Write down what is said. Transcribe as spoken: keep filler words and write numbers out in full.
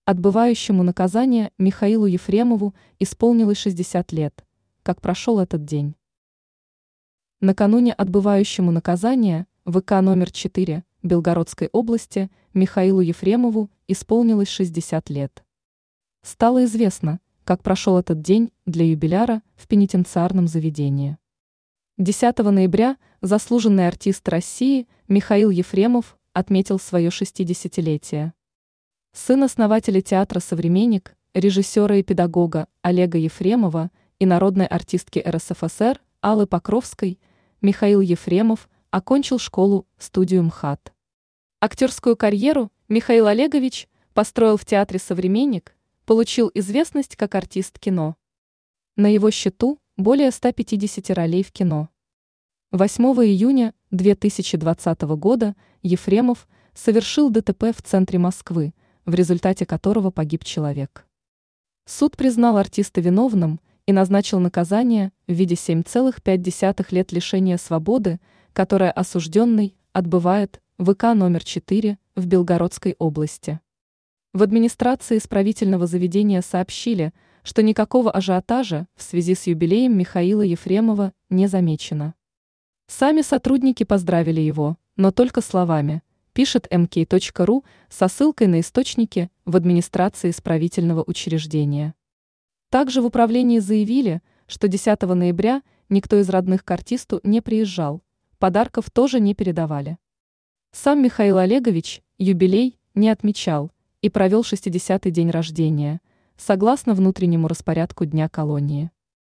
Отбывающему наказание Михаилу Ефремову исполнилось шестьдесят лет. Как прошел этот день? Накануне отбывающему наказание в ВК номер четыре Белгородской области Михаилу Ефремову исполнилось шестьдесят лет. Стало известно, как прошел этот день для юбиляра в пенитенциарном заведении. десятого ноября заслуженный артист России Михаил Ефремов отметил свое шестидесятилетие. Сын основателя театра «Современник», режиссера и педагога Олега Ефремова и народной артистки эр эс эф эс эр Аллы Покровской, Михаил Ефремов окончил школу-студию МХАТ. Актерскую карьеру Михаил Олегович построил в театре «Современник», получил известность как артист кино. На его счету более ста пятидесяти ролей в кино. восьмого июня две тысячи двадцатого года Ефремов совершил дэ тэ пэ в центре Москвы, в результате которого погиб человек. Суд признал артиста виновным и назначил наказание в виде семь целых пять десятых лет лишения свободы, которое осужденный отбывает в ВК номер четыре в Белгородской области. В администрации исправительного заведения сообщили, что никакого ажиотажа в связи с юбилеем Михаила Ефремова не замечено. Сами сотрудники поздравили его, но только словами, пишет эм ка точка ру со ссылкой на источники в администрации исправительного учреждения. Также в управлении заявили, что десятого ноября никто из родных к артисту не приезжал, подарков тоже не передавали. Сам Михаил Олегович юбилей не отмечал и провел шестидесятый день рождения, согласно внутреннему распорядку Дня колонии.